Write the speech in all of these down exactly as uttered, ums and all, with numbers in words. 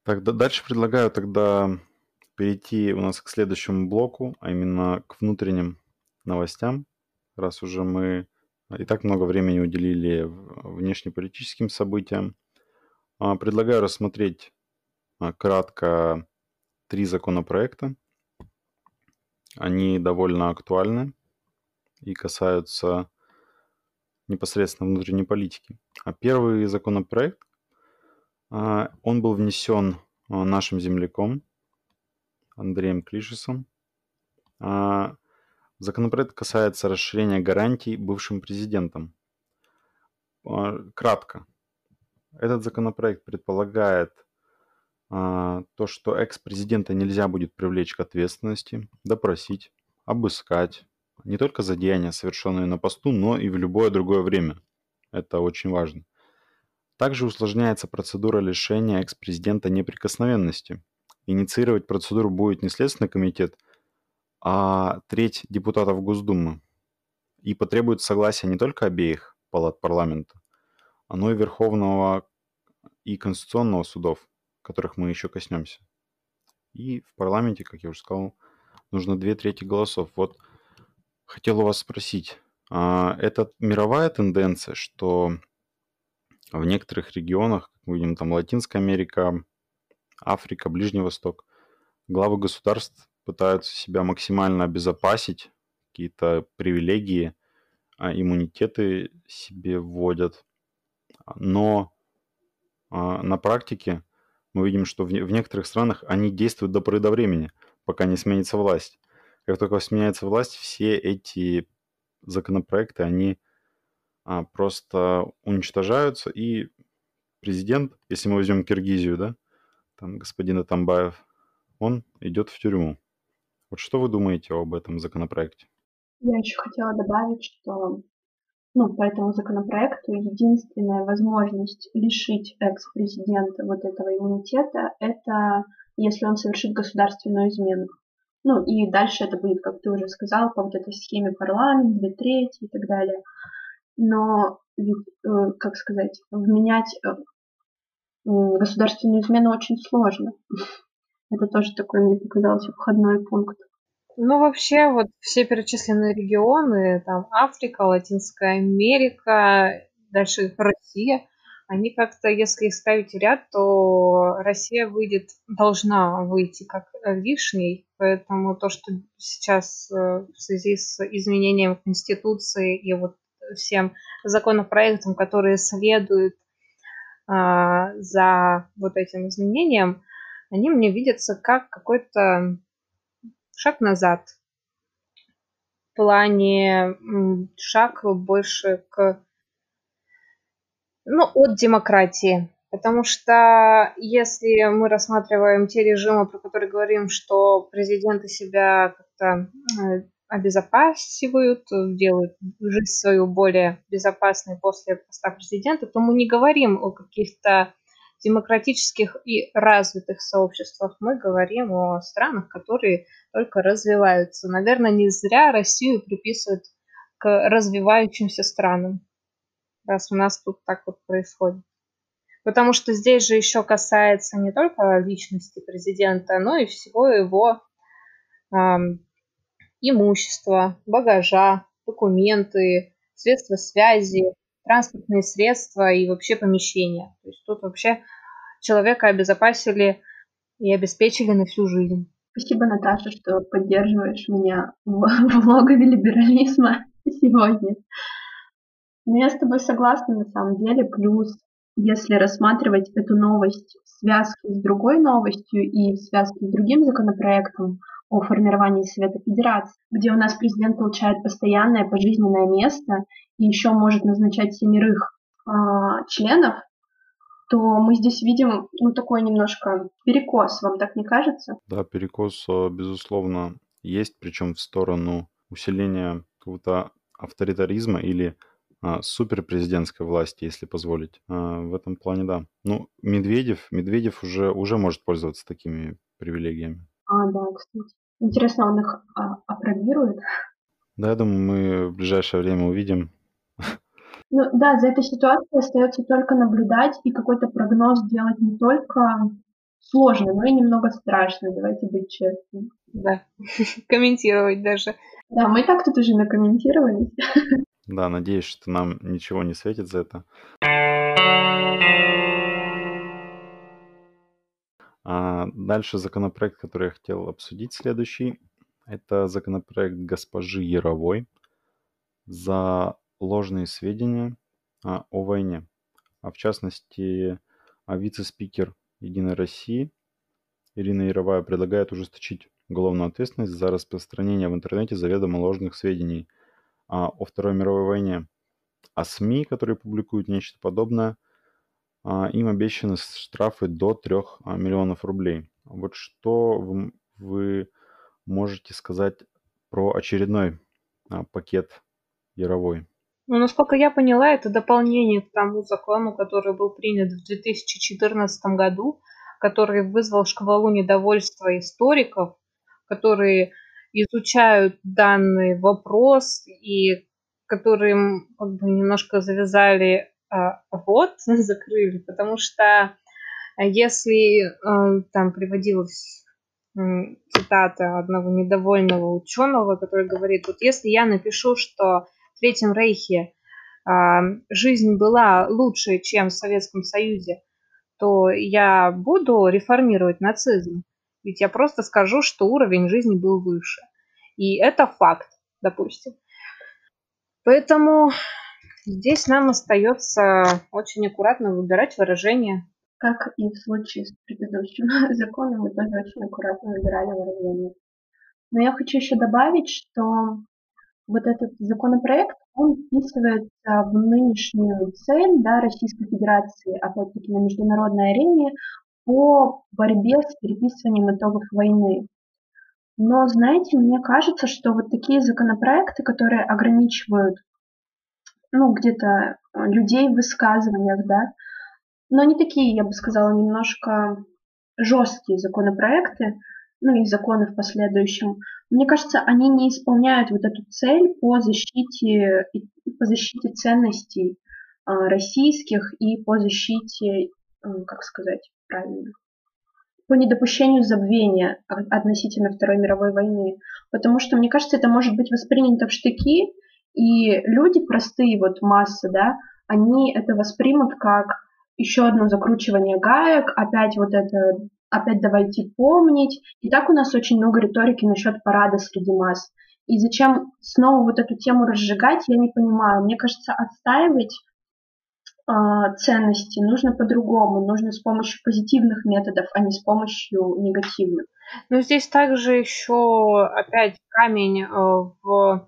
Так, да- дальше предлагаю тогда перейти у нас к следующему блоку, а именно к внутренним новостям, раз уже мы и так много времени уделили в- внешнеполитическим событиям. А, Предлагаю рассмотреть а, кратко три законопроекта. Они довольно актуальны и касаются непосредственно внутренней политики. А первый законопроект, а, он был внесен а, нашим земляком Андреем Клишесом. А, Законопроект касается расширения гарантий бывшим президентам. А, Кратко. Этот законопроект предполагает а, то, что экс-президента нельзя будет привлечь к ответственности, допросить, обыскать, не только за деяния, совершенные на посту, но и в любое другое время. Это очень важно. Также усложняется процедура лишения экс-президента неприкосновенности. Инициировать процедуру будет не Следственный комитет, а треть депутатов Госдумы. И потребует согласия не только обеих палат парламента, но и Верховного и Конституционного судов, которых мы еще коснемся. И в парламенте, как я уже сказал, нужно две трети голосов. Вот хотел у вас спросить, а это мировая тенденция, что в некоторых регионах, как мы видим, там Латинская Америка, Африка, Ближний Восток, главы государств пытаются себя максимально обезопасить, какие-то привилегии, а, иммунитеты себе вводят. Но а, на практике мы видим, что в, не- в некоторых странах они действуют до поры до времени, пока не сменится власть. Как только сменяется власть, все эти законопроекты, они а, просто уничтожаются, и президент, если мы возьмем Киргизию, да, там господин Атамбаев, он идет в тюрьму. Вот что вы думаете об этом законопроекте? Я еще хотела добавить, что, ну, по этому законопроекту единственная возможность лишить экс-президента вот этого иммунитета — это если он совершит государственную измену. Ну, и дальше это будет, как ты уже сказал, по вот этой схеме парламент, две трети и так далее. Но ведь, э, как сказать, вменять э, м, государственную измену очень сложно. Это тоже такой, мне показался, входной пункт. Ну, вообще, вот все перечисленные регионы, там Африка, Латинская Америка, дальше Россия, они как-то, если их ставить в ряд, то Россия выйдет, должна выйти как лишний, поэтому то, что сейчас э, в связи с изменением Конституции и вот всем законопроектам, которые следуют а, за вот этим изменением, они мне видятся как какой-то шаг назад в плане м, шаг больше к, ну, от демократии. Потому что если мы рассматриваем те режимы, про которые говорим, что президенты себя как-то э, обезопасивают, делают жизнь свою более безопасной после поста президента, то мы не говорим о каких-то демократических и развитых сообществах. Мы говорим о странах, которые только развиваются. Наверное, не зря Россию приписывают к развивающимся странам, раз у нас тут так вот происходит. Потому что здесь же еще касается не только личности президента, но и всего его ам, имущества, багажа, документы, средства связи, транспортные средства и вообще помещения. То есть тут вообще человека обезопасили и обеспечили на всю жизнь. Спасибо, Наташа, что поддерживаешь меня в, в логове либерализма сегодня. Но я с тобой согласна на самом деле. Плюс, если рассматривать эту новость в связке с другой новостью и в связке с другим законопроектом о формировании Совета Федерации, где у нас президент получает постоянное пожизненное место и еще может назначать семерых а, членов, то мы здесь видим, ну, такой немножко перекос, вам так не кажется? Да, перекос, э, безусловно, есть, причем в сторону усиления какого-то авторитаризма или а, суперпрезидентской власти, если позволить. А, В этом плане, да. Ну, Медведев, Медведев уже, уже может пользоваться такими привилегиями. А, да, кстати. Интересно, он их а, опробирует? Да, я думаю, мы в ближайшее время увидим. Ну да, за этой ситуацией остается только наблюдать и какой-то прогноз делать не только сложно, но и немного страшно, давайте быть честными. Да, комментировать даже. Да, мы и так тут уже накомментировались. Да, надеюсь, что нам ничего не светит за это. А дальше законопроект, который я хотел обсудить, следующий. Это законопроект госпожи Яровой за ложные сведения а, о войне. А в частности, а вице-спикер «Единой России» Ирина Яровая предлагает ужесточить уголовную ответственность за распространение в интернете заведомо ложных сведений а, о Второй мировой войне. А СМИ, которые публикуют нечто подобное, а, им обещаны штрафы до трех миллионов рублей. Вот что вы, вы можете сказать про очередной а, пакет Яровой? Ну, насколько я поняла, это дополнение к тому закону, который был принят в две тысячи четырнадцатом году, который вызвал шквалу недовольства историков, которые изучают данный вопрос и которым как бы немножко завязали а, рот, закрыли, потому что если э, там приводилась м, цитата одного недовольного ученого, который говорит, вот если я напишу, что в Третьем Рейхе а, жизнь была лучше, чем в Советском Союзе, то я буду реформировать нацизм. Ведь я просто скажу, что уровень жизни был выше. И это факт, допустим. Поэтому здесь нам остается очень аккуратно выбирать выражение. Как и в случае с предыдущим законом, мы тоже очень аккуратно выбирали выражение. Но я хочу еще добавить, что вот этот законопроект, он вписывается в нынешнюю цель, да, Российской Федерации, опять-таки на международной арене, по борьбе с переписыванием итогов войны. Но, знаете, мне кажется, что вот такие законопроекты, которые ограничивают, ну, где-то э, людей в высказываниях, да, но они такие, я бы сказала, немножко жесткие законопроекты, ну и законы в последующем, мне кажется, они не исполняют вот эту цель по защите, по защите ценностей а, российских и по защите, м, как сказать правильно, по недопущению забвения относительно Второй мировой войны. Потому что, мне кажется, это может быть воспринято в штыки, и люди простые, вот масса, да, они это воспримут как еще одно закручивание гаек, опять вот это, опять давайте помнить. И так у нас очень много риторики насчет парада среди масс. И зачем снова вот эту тему разжигать, я не понимаю. Мне кажется, отстаивать а, ценности нужно по-другому, нужно с помощью позитивных методов, а не с помощью негативных. Но здесь также еще опять камень э, в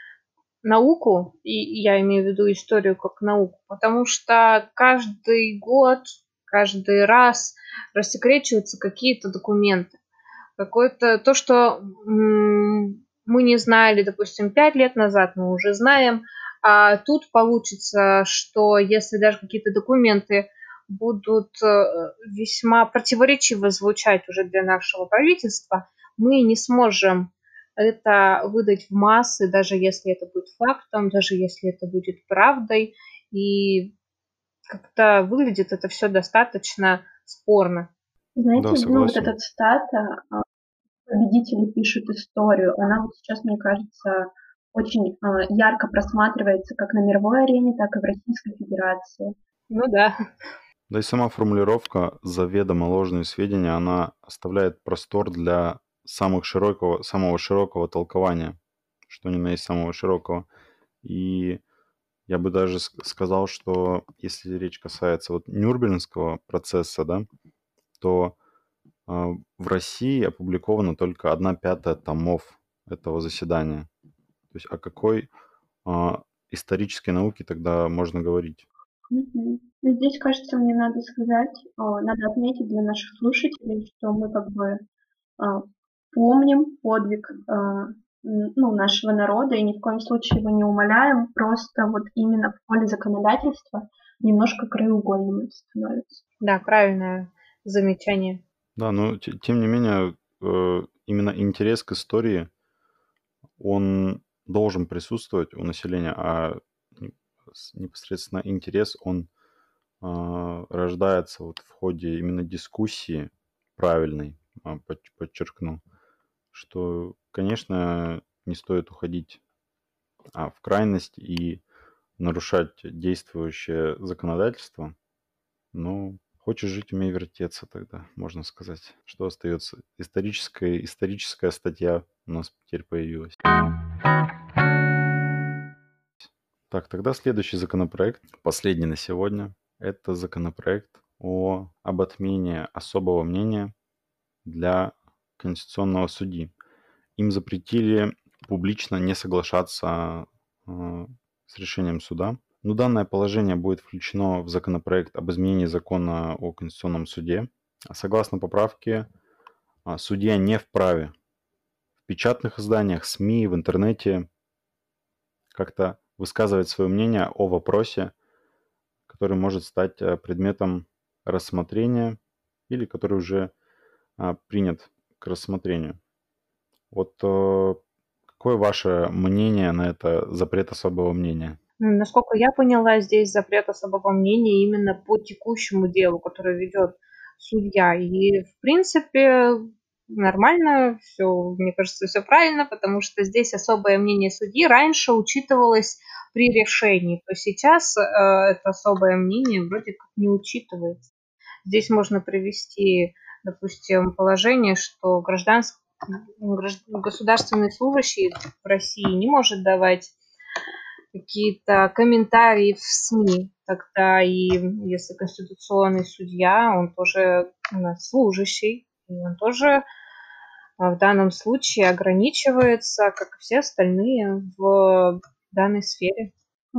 науку, и я имею в виду историю как науку, потому что каждый год, каждый раз рассекречиваются какие-то документы. Какое-то то, что м, мы не знали, допустим, пять лет назад, мы уже знаем, а тут получится, что если даже какие-то документы будут э, весьма противоречиво звучать уже для нашего правительства, мы не сможем это выдать в массы, даже если это будет фактом, даже если это будет правдой. И как-то выглядит это все достаточно спорно. Знаете, Да, ну вот согласен. эта цитата а, «победители пишут историю», она вот сейчас, мне кажется, очень а, ярко просматривается как на мировой арене, так и в Российской Федерации. Ну да. Да и сама формулировка «заведомо ложные сведения», она оставляет простор для самых широкого, самого широкого толкования, что ни на есть самого широкого. И я бы даже ск- сказал, что если речь касается вот Нюрнбергского процесса, да, то а, в России опубликовано только одна пятая томов этого заседания. То есть о какой а, исторической науке тогда можно говорить? Мгм. Ну, здесь, кажется, мне надо сказать, а, надо отметить для наших слушателей, что мы как бы а, помним подвиг а, н- ну, нашего народа и ни в коем случае его не умаляем, просто вот именно в поле законодательства немножко краеугольным это становится. Да, правильное замечание. Да, но те- тем не менее, э, именно интерес к истории, он должен присутствовать у населения, а не- с- непосредственно интерес, он а, рождается вот в ходе именно дискуссии правильный, а, подч- подчеркну, что, конечно, не стоит уходить а, в крайность и нарушать действующее законодательство. Ну, хочешь жить, умей вертеться тогда, можно сказать. Что остается? Историческая, историческая статья у нас теперь появилась. Так, тогда следующий законопроект, последний на сегодня, это законопроект о, об отмене особого мнения для конституционного судьи. Им запретили публично не соглашаться э, с решением суда. Но данное положение будет включено в законопроект об изменении закона о Конституционном суде. Согласно поправке, а, судья не вправе в печатных изданиях, СМИ, в интернете как-то высказывать свое мнение о вопросе, который может стать э, предметом рассмотрения или который уже а, принят к рассмотрению. Вот э, какое ваше мнение на это запрет особого мнения? Ну, насколько я поняла, здесь запрет особого мнения именно по текущему делу, которое ведет судья. И, в принципе, нормально, все, мне кажется, все правильно, потому что здесь особое мнение судьи раньше учитывалось при решении, то сейчас э, это особое мнение вроде как не учитывается. Здесь можно привести, допустим, положение, что гражданский, государственный служащий в России не может давать какие-то комментарии в СМИ. Тогда и если конституционный судья, он тоже у нас служащий, и он тоже в данном случае ограничивается, как и все остальные в данной сфере.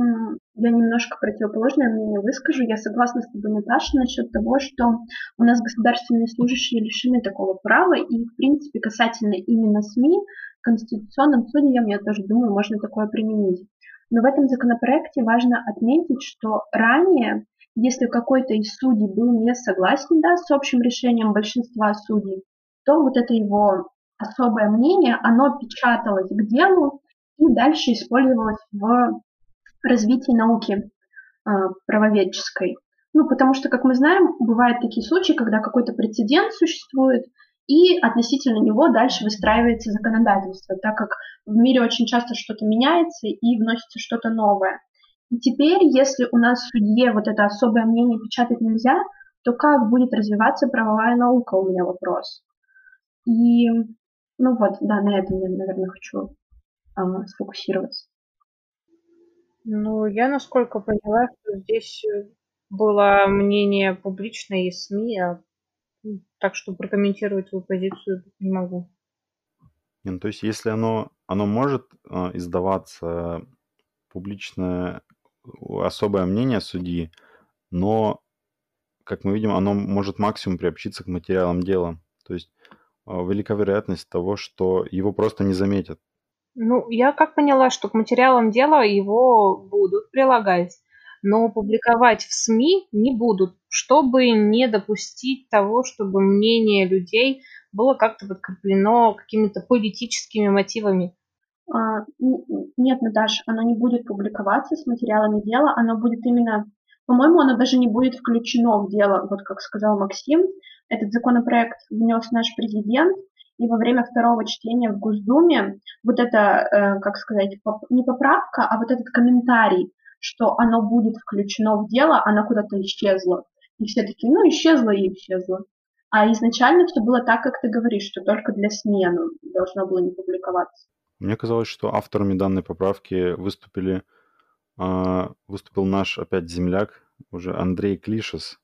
Я немножко противоположное мнение выскажу. Я согласна с тобой, Наташа, насчет того, что у нас государственные служащие лишены такого права, и, в принципе, касательно именно СМИ, конституционным судьям, я тоже думаю, можно такое применить. Но в этом законопроекте важно отметить, что ранее, если какой-то из судей был не согласен, да, с общим решением большинства судей, то вот это его особое мнение, оно печаталось к делу и дальше использовалось в развитии науки э, правоведческой. Ну, потому что, как мы знаем, бывают такие случаи, когда какой-то прецедент существует, и относительно него дальше выстраивается законодательство, так как в мире очень часто что-то меняется и вносится что-то новое. И теперь, если у нас в судье вот это особое мнение печатать нельзя, то как будет развиваться правовая наука, у меня вопрос. И, ну вот, да, на этом я, наверное, хочу э, сфокусироваться. Ну, я насколько поняла, что здесь было мнение публичное из СМИ, а так что прокомментировать свою позицию не могу. Ну, то есть, если оно, оно может э, издаваться публичное особое мнение судьи, но, как мы видим, оно может максимум приобщиться к материалам дела. То есть э, велика вероятность того, что его просто не заметят. Ну, я как поняла, что к материалам дела его будут прилагать, но публиковать в СМИ не будут, чтобы не допустить того, чтобы мнение людей было как-то подкреплено какими-то политическими мотивами. А, Нет, Наташ, оно не будет публиковаться с материалами дела, оно будет именно, по-моему, оно даже не будет включено в дело, вот как сказал Максим. Этот законопроект внес наш президент, и во время второго чтения в Госдуме вот это, э, как сказать, не поправка, а вот этот комментарий, что оно будет включено в дело, она куда-то исчезла. И все такие, ну, исчезла и исчезла. А изначально все было так, как ты говоришь, что только для СМИ оно должно было не публиковаться. Мне казалось, что авторами данной поправки выступили, а, выступил наш опять земляк, уже Андрей Клишес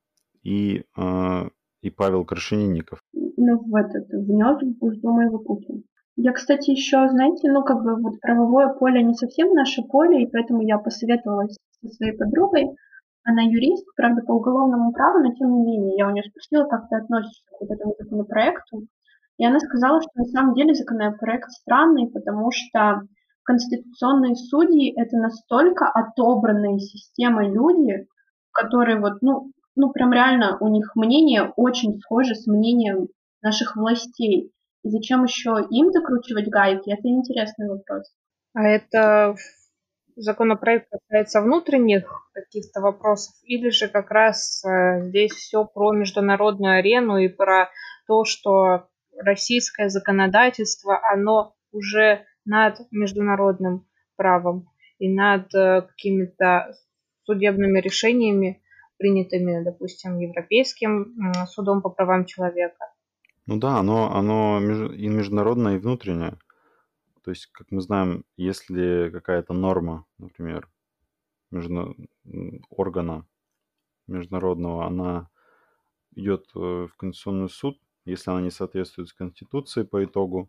и, а, и Павел Крашенинников. Ну, в этот, внес в Госдуму его Путин. Я, кстати, еще, знаете, ну, как бы вот правовое поле не совсем наше поле, и поэтому я посоветовалась со своей подругой. Она юрист, правда, по уголовному праву, но тем не менее. Я у нее спросила, как ты относишься к вот этому законопроекту. И она сказала, что на самом деле законопроект странный, потому что конституционные судьи – это настолько отобранные системой люди, которые вот, ну, ну, прям реально у них мнение очень схоже с мнением наших властей. И зачем еще им закручивать гайки? Это интересный вопрос. А это законопроект касается внутренних каких-то вопросов, или же как раз э, здесь все про международную арену и про то, что российское законодательство, оно уже над международным правом и над э, какими-то судебными решениями, принятыми, допустим, Европейским м, судом по правам человека. Ну да, оно, оно меж- и международное, и внутреннее. То есть, как мы знаем, если какая-то норма, например, между... м, органа международного, она идет э, в Конституционный суд, если она не соответствует с Конституцией по итогу,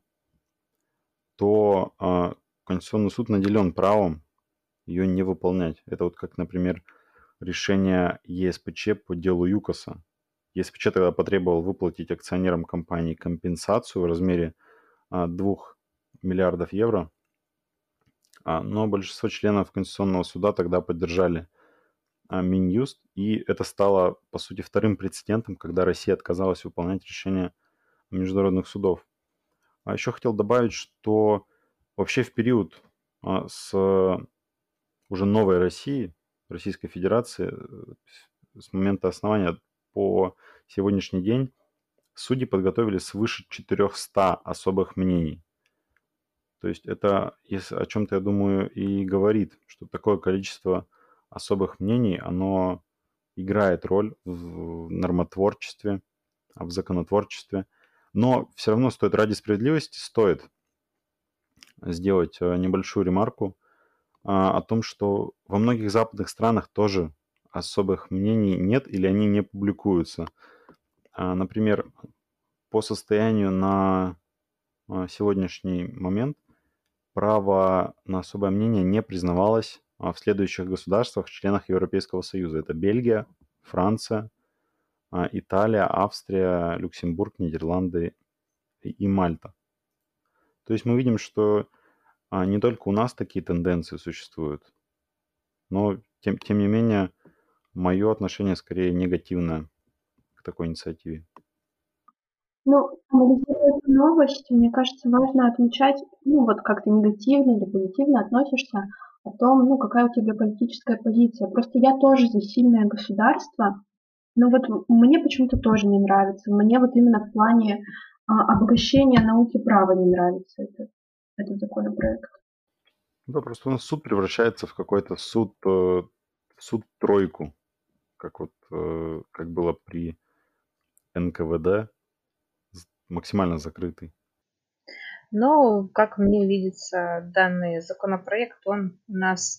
то а, Конституционный суд наделен правом ее не выполнять. Это вот как, например, решение ЕСПЧ по делу ЮКОСа. ЕСПЧ тогда потребовал выплатить акционерам компании компенсацию в размере а, двух миллиардов евро, а, но большинство членов Конституционного суда тогда поддержали а, Минюст, и это стало, по сути, вторым прецедентом, когда Россия отказалась выполнять решения международных судов. А еще хотел добавить, что вообще в период а, с уже новой России, Российской Федерации, э, с момента основания по сегодняшний день судьи подготовили свыше четырехсот особых мнений. То есть это если о чем-то, я думаю, и говорит, что такое количество особых мнений, оно играет роль в нормотворчестве, в законотворчестве. Но все равно стоит ради справедливости, стоит сделать э, небольшую ремарку а, о том, что во многих западных странах тоже особых мнений нет или они не публикуются. А, Например, по состоянию на а, сегодняшний момент право на особое мнение не признавалось а, в следующих государствах, членах Европейского Союза. Это Бельгия, Франция, а, Италия, Австрия, Люксембург, Нидерланды и и Мальта. То есть мы видим, что а, не только у нас такие тенденции существуют, но тем, тем не менее мое отношение скорее негативное к такой инициативе. Ну, анализируя эту новость, мне кажется, важно отмечать, ну, вот как ты негативно или позитивно относишься о том, ну, какая у тебя политическая позиция. Просто я тоже за сильное государство, но вот м- мне почему-то тоже не нравится. Мне вот именно в плане а, обогащения науки права не нравится этот, этот законопроект. Да, просто у нас суд превращается в какой-то суд, э, суд-тройку, как вот э, как было при эн ка вэ дэ, з- максимально закрытый. Но, как мне видится, данный законопроект, он у нас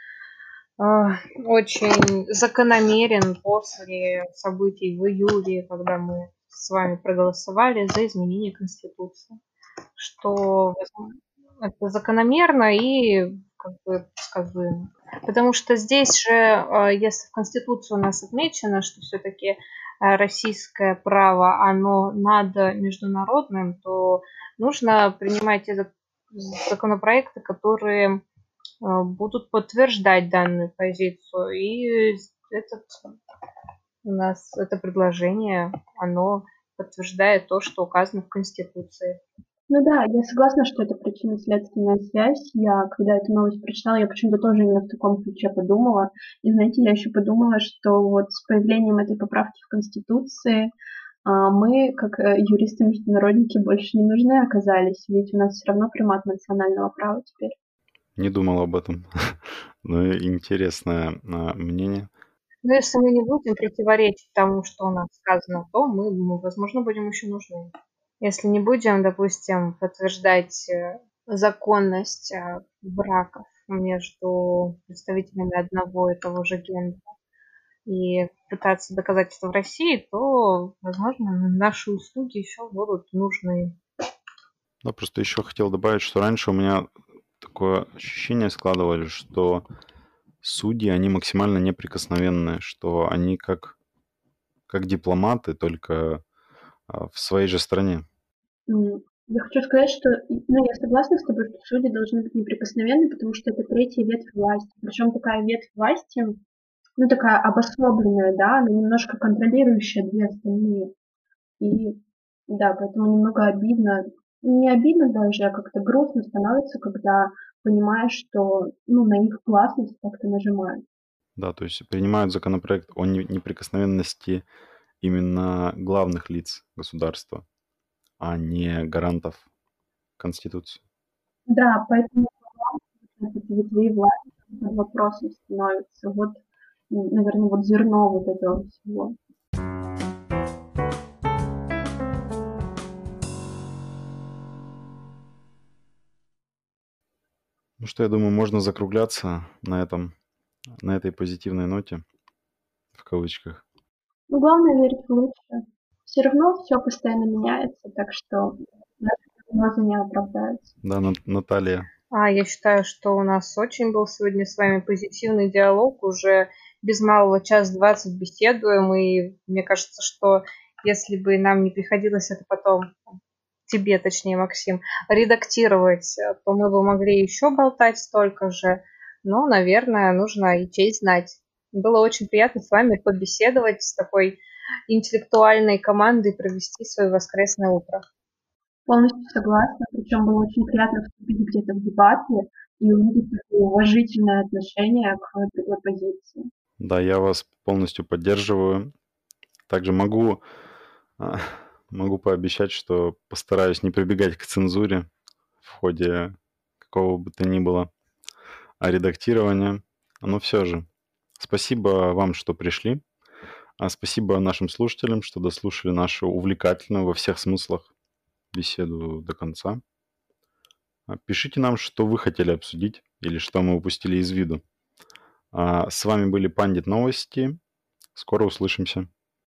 а, очень закономерен после событий в июле, когда мы с вами проголосовали за изменение Конституции, что возможно, это закономерно и как бы сказуемо. Потому что здесь же, а, если в Конституции у нас отмечено, что все-таки российское право, оно над международным, то нужно принимать те зак- законопроекты, которые а, будут подтверждать данную позицию. И этот у нас это предложение, оно подтверждает то, что указано в Конституции. Ну да, я согласна, что это причинно-следственная связь. Я, когда эту новость прочитала, я почему-то тоже именно в таком ключе подумала. И знаете, я еще подумала, что вот с появлением этой поправки в Конституции а, мы, как э, юристы-международники, больше не нужны оказались, ведь у нас все равно примат национального права теперь. Не думал об этом. Но интересное а, мнение. Но если мы не будем противоречить тому, что у нас сказано, то мы, мы, возможно, будем еще нужны. Если не будем, допустим, подтверждать э, законность э, браков между представителями одного и того же гендера и пытаться доказать это в России, то, возможно, наши услуги еще будут нужны. Да, просто еще хотел добавить, что раньше у меня такое ощущение складывалось, что судьи, они максимально неприкосновенные, что они как, как дипломаты, только а, в своей же стране. М, Я хочу сказать, что ну, я согласна с тобой, что судьи должны быть неприкосновенны, потому что это третья ветвь власти. Причем такая ветвь власти, ну, такая обособленная, да, она немножко контролирующая две остальные. И да, поэтому немного обидно, не обидно даже, а как-то грустно становится, когда понимаешь, что, ну, на их гласность как-то нажимают. Да, то есть принимают законопроект о не- неприкосновенности именно главных лиц государства, а не гарантов Конституции. Да, поэтому вот эти ветви власти под вопросом становится. Вот, наверное, вот зерно вот этого всего. Ну что, я думаю, можно закругляться на этом, на этой позитивной ноте, в кавычках. Ну, главное верить в лучшее. Все равно все постоянно меняется, так что наши прогнозы не оправдаются. Да, На- Наталья. А, я считаю, что у нас очень был сегодня с вами позитивный диалог. Уже без малого час двадцать беседуем. И мне кажется, что если бы нам не приходилось это потом, тебе, точнее, Максим, редактировать, э, то мы бы могли еще болтать столько же. Но, наверное, нужно и честь знать. Было очень приятно с вами побеседовать, с такой интеллектуальной командой провести свое воскресное утро. Полностью согласна. Причем было очень приятно вступить где-то в дебаты и увидеть такое уважительное отношение к другой позиции. Да, я вас полностью поддерживаю. Также могу, а, могу пообещать, что постараюсь не прибегать к цензуре в ходе какого бы то ни было а, редактирования. Но все же, спасибо вам, что пришли. А спасибо нашим слушателям, что дослушали нашу увлекательную во всех смыслах беседу до конца. А, Пишите нам, что вы хотели обсудить или что мы упустили из виду. А, С вами были Пандит Новости. Скоро услышимся.